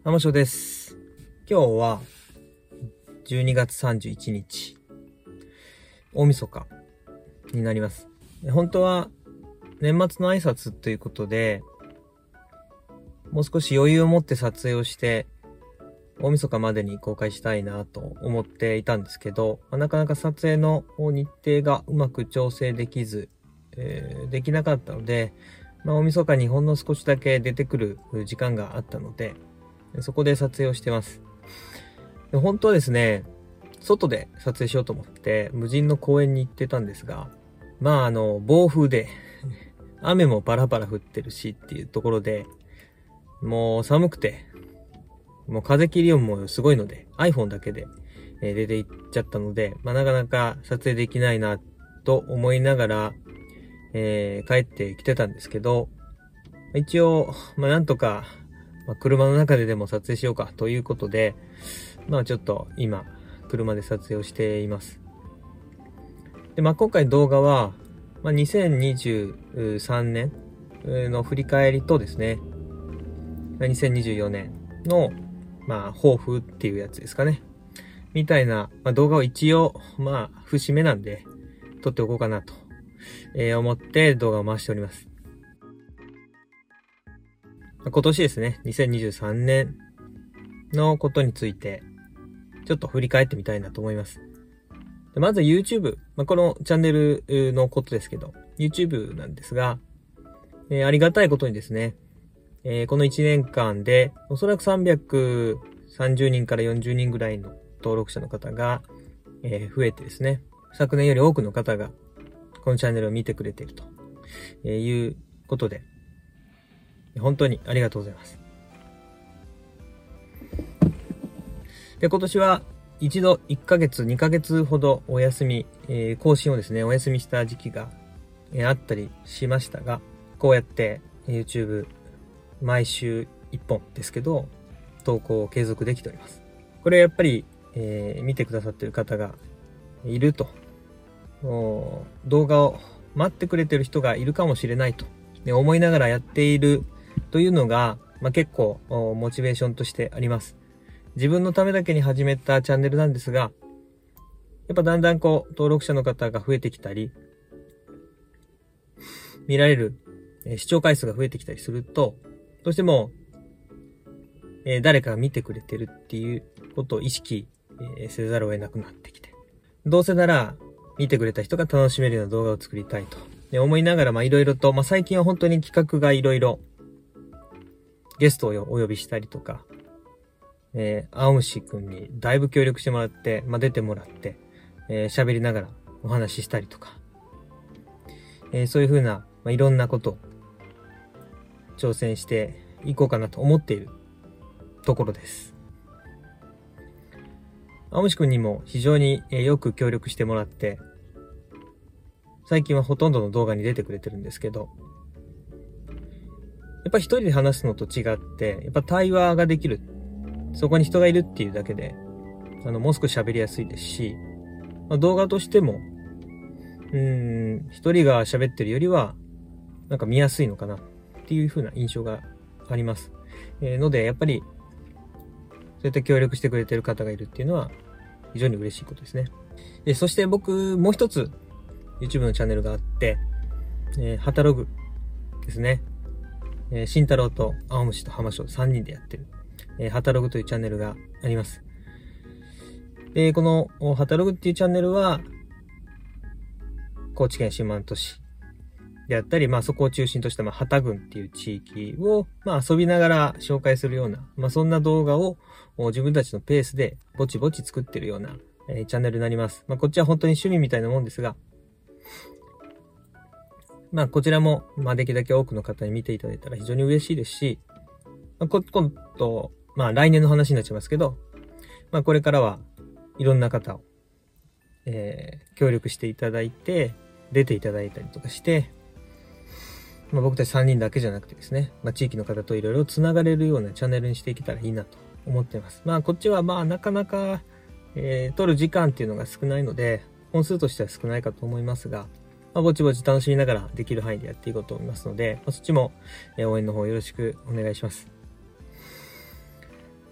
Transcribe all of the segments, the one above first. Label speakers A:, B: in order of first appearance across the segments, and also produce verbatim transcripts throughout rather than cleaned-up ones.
A: 天翔です。今日はじゅうにがつさんじゅういちにち、大晦日になります。本当は年末の挨拶ということで、もう少し余裕を持って撮影をして、大晦日までに公開したいなと思っていたんですけど、なかなか撮影の日程がうまく調整できず、えー、できなかったので、まあ、大晦日にほんの少しだけ出てくる時間があったので、そこで撮影をしてます。で本当はですね、外で撮影しようと思って無人の公園に行ってたんですが、まああの暴風で雨もバラバラ降ってるしっていうところで、もう寒くて、もう風切り音もすごいので iPhone だけで出て行っちゃったので、まあ、なかなか撮影できないなと思いながら、えー、帰ってきてたんですけど、一応まあなんとかまあ、車の中ででも撮影しようかということで、まあちょっと今、車で撮影をしています。で、まあ今回動画は、まあ、にせんにじゅうさんねんの振り返りとですね、にせんにじゅうよねんの、まあ抱負っていうやつですかね。みたいな、まあ、動画を一応、まあ節目なんで、撮っておこうかなと、えー、思って動画を回しております。今年ですね、にせんにじゅうさんねんのことについて、ちょっと振り返ってみたいなと思います。でまずは YouTube、まあ、このチャンネルのことですけど、YouTube なんですが、えー、ありがたいことにですね、えー、このいちねんかんで、おそらくさんびゃくさんじゅうにんからよんじゅうにんぐらいの登録者の方が、えー、増えてですね、昨年より多くの方が、このチャンネルを見てくれているということで、本当にありがとうございます。で、今年は一度いっかげつ、にかげつほどお休み、えー、更新をですね、お休みした時期が、えー、あったりしましたが、こうやって YouTube 毎週いっぽんですけど、投稿を継続できております。これやっぱり、えー、見てくださっている方がいると、動画を待ってくれてる人がいるかもしれないと、ね、思いながらやっているというのが、まあ、結構モチベーションとしてあります。自分のためだけに始めたチャンネルなんですが、やっぱだんだんこう登録者の方が増えてきたり、見られる視聴回数が増えてきたりすると、どうしても、えー、誰かが見てくれてるっていうことを意識、えー、せざるを得なくなってきて、どうせなら見てくれた人が楽しめるような動画を作りたいと、で思いながら、まあいろいろと、まあ最近は本当に企画がいろいろゲストをお呼びしたりとか、えー、青虫くんにだいぶ協力してもらって、まあ、出てもらって、えー、喋りながらお話ししたりとか、えー、そういう風な、まあ、いろんなことを挑戦していこうかなと思っているところです。青虫くんにも非常によく協力してもらって、最近はほとんどの動画に出てくれてるんですけど、やっぱ一人で話すのと違って、やっぱ対話ができる。そこに人がいるっていうだけで、あの、もう少し喋りやすいですし、まあ、動画としても、うーん、一人が喋ってるよりは、なんか見やすいのかなっていう風な印象があります。えー、ので、やっぱり、そうやって協力してくれてる方がいるっていうのは、非常に嬉しいことですね。で、そして僕、もう一つ、YouTube のチャンネルがあって、えー、ハタログですね。えー、慎太郎と青虫と浜翔さんにんでやってる、えー、ハタログというチャンネルがあります。で、このハタログっていうチャンネルは、高知県四万十市であったり、まあそこを中心とした、まあ、ハタ郡っていう地域を、まあ遊びながら紹介するような、まあそんな動画を自分たちのペースでぼちぼち作ってるような、えー、チャンネルになります。まあこっちは本当に趣味みたいなもんですが、まあこちらも、まあできるだけ多くの方に見ていただいたら非常に嬉しいですし、まあ、こ、今度、まあ来年の話になっちゃいますけど、まあこれからはいろんな方を、えー、協力していただいて、出ていただいたりとかして、まあ僕たちさんにんだけじゃなくてですね、まあ地域の方といろいろ繋がれるようなチャンネルにしていけたらいいなと思っています。まあこっちはまあなかなか、えー、撮る時間っていうのが少ないので、本数としては少ないかと思いますが、まあ、ぼちぼち楽しみながらできる範囲でやっていこうと思いますので、まあ、そっちも応援の方よろしくお願いします。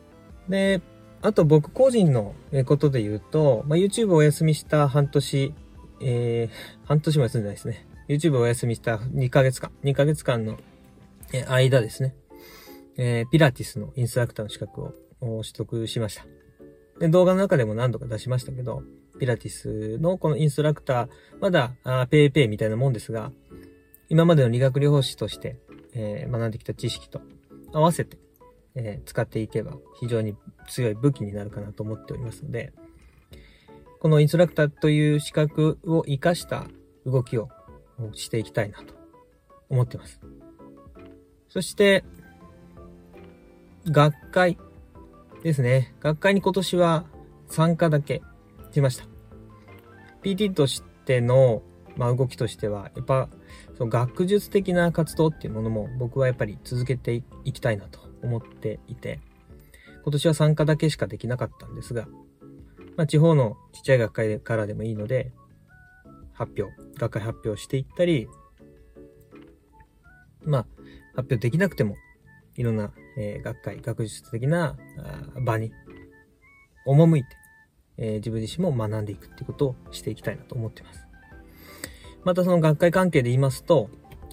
A: で、あと僕個人のことで言うと、まあ、YouTube をお休みした半年、えー、半年も休んでないですね。YouTube をお休みしたにかげつかん、にかげつかんの間ですね。えー、ピラティスのインストラクターの資格を取得しました。で、動画の中でも何度か出しましたけど、ピラティスのこのインストラクター、まだあペイペイみたいなもんですが、今までの理学療法士として、えー、学んできた知識と合わせて、えー、使っていけば非常に強い武器になるかなと思っておりますので、このインストラクターという資格を活かした動きをしていきたいなと思っています。そして、学会ですね。学会に今年は参加だけしました。ピーティー としての、まあ、動きとしては、やっぱその学術的な活動っていうものも僕はやっぱり続けていきたいなと思っていて、今年は参加だけしかできなかったんですが、まあ、地方のちっちゃい学会からでもいいので、発表、学会発表していったり、まあ、発表できなくても、いろんな、えー、学会、学術的な場に赴いて、えー、自分自身も学んでいくっていうことをしていきたいなと思っています。またその学会関係で言いますと、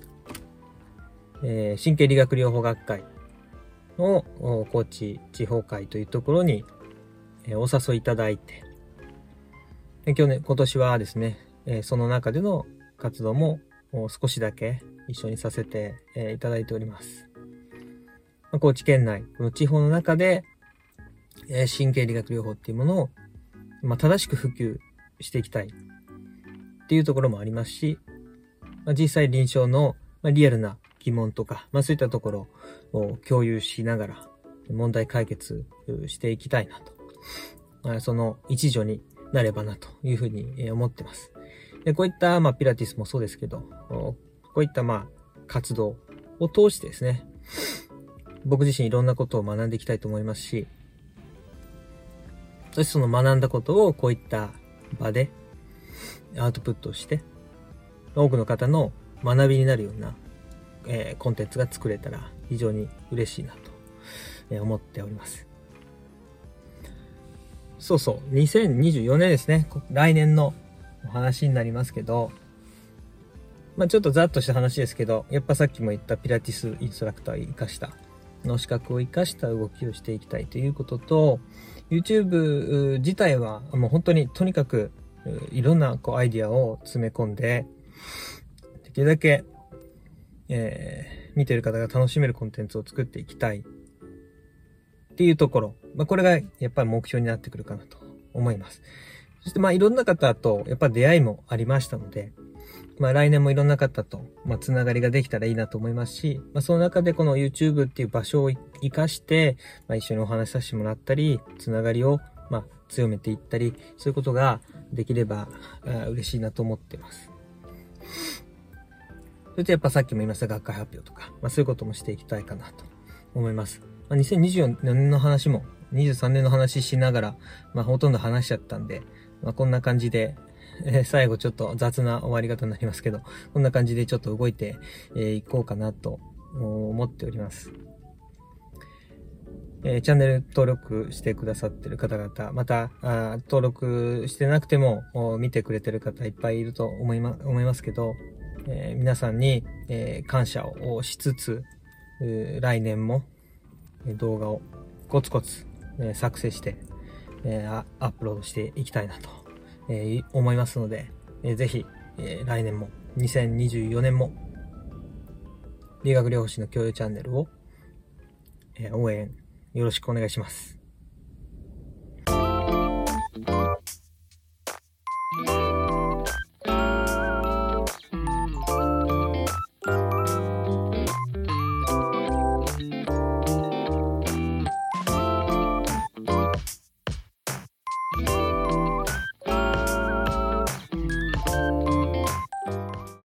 A: えー、神経理学療法学会の高知地方会というところに、えー、お誘いいただいて、で去年、今年はですね、えー、その中での活動も少しだけ一緒にさせて、えー、いただいております。まあ、高知県内、この地方の中で、えー、神経理学療法っていうものを、まあ、正しく普及していきたいっていうところもありますし、まあ、実際臨床の、まあ、リアルな疑問とか、まあ、そういったところを共有しながら問題解決していきたいなと、まあ、その一助になればなというふうに思ってます。でこういった、まあ、ピラティスもそうですけど、こういった、まあ、活動を通してですね、僕自身いろんなことを学んでいきたいと思いますし、そしてその学んだことをこういった場でアウトプットをして、多くの方の学びになるような、えー、コンテンツが作れたら非常に嬉しいなと、えー、思っております。そうそう、にせんにじゅうよねんですね。来年のお話になりますけど、まあちょっとざっとした話ですけど、やっぱさっきも言ったピラティスインストラクターを活かした、の資格を活かした動きをしていきたいということと、YouTube 自体はもう本当にとにかくいろんなこうアイディアを詰め込んで、できるだけ、えー、見てる方が楽しめるコンテンツを作っていきたいっていうところ、まあ、これがやっぱり目標になってくるかなと思います。そしてまあいろんな方とやっぱ出会いもありましたので、まあ来年もいろんな方とまあつながりができたらいいなと思いますし、まあその中でこの YouTube っていう場所を活かして、まあ一緒にお話しさせてもらったり、つながりをまあ強めていったり、そういうことができれば嬉しいなと思っています。それとやっぱさっきも言いました学会発表とか、まあそういうこともしていきたいかなと思います。まあ、にせんにじゅうよねんの話もにじゅうさんねんの話しながら、まあほとんど話しちゃったんで、まあこんな感じで、えー、最後ちょっと雑な終わり方になりますけど、こんな感じでちょっと動いてい、えー、こうかなと思っております。えー、チャンネル登録してくださってる方々、また、あ登録してなくても見てくれてる方いっぱいいると思いま、思いますけど、えー、皆さんに、えー、感謝をしつつ、来年も動画をコツコツ、えー、作成して、えー、アップロードしていきたいなと、えー、思いますので、えー、ぜひ、えー、来年もにせんにじゅうよねんも理学療法士の教養チャンネルを、えー、応援よろしくお願いします。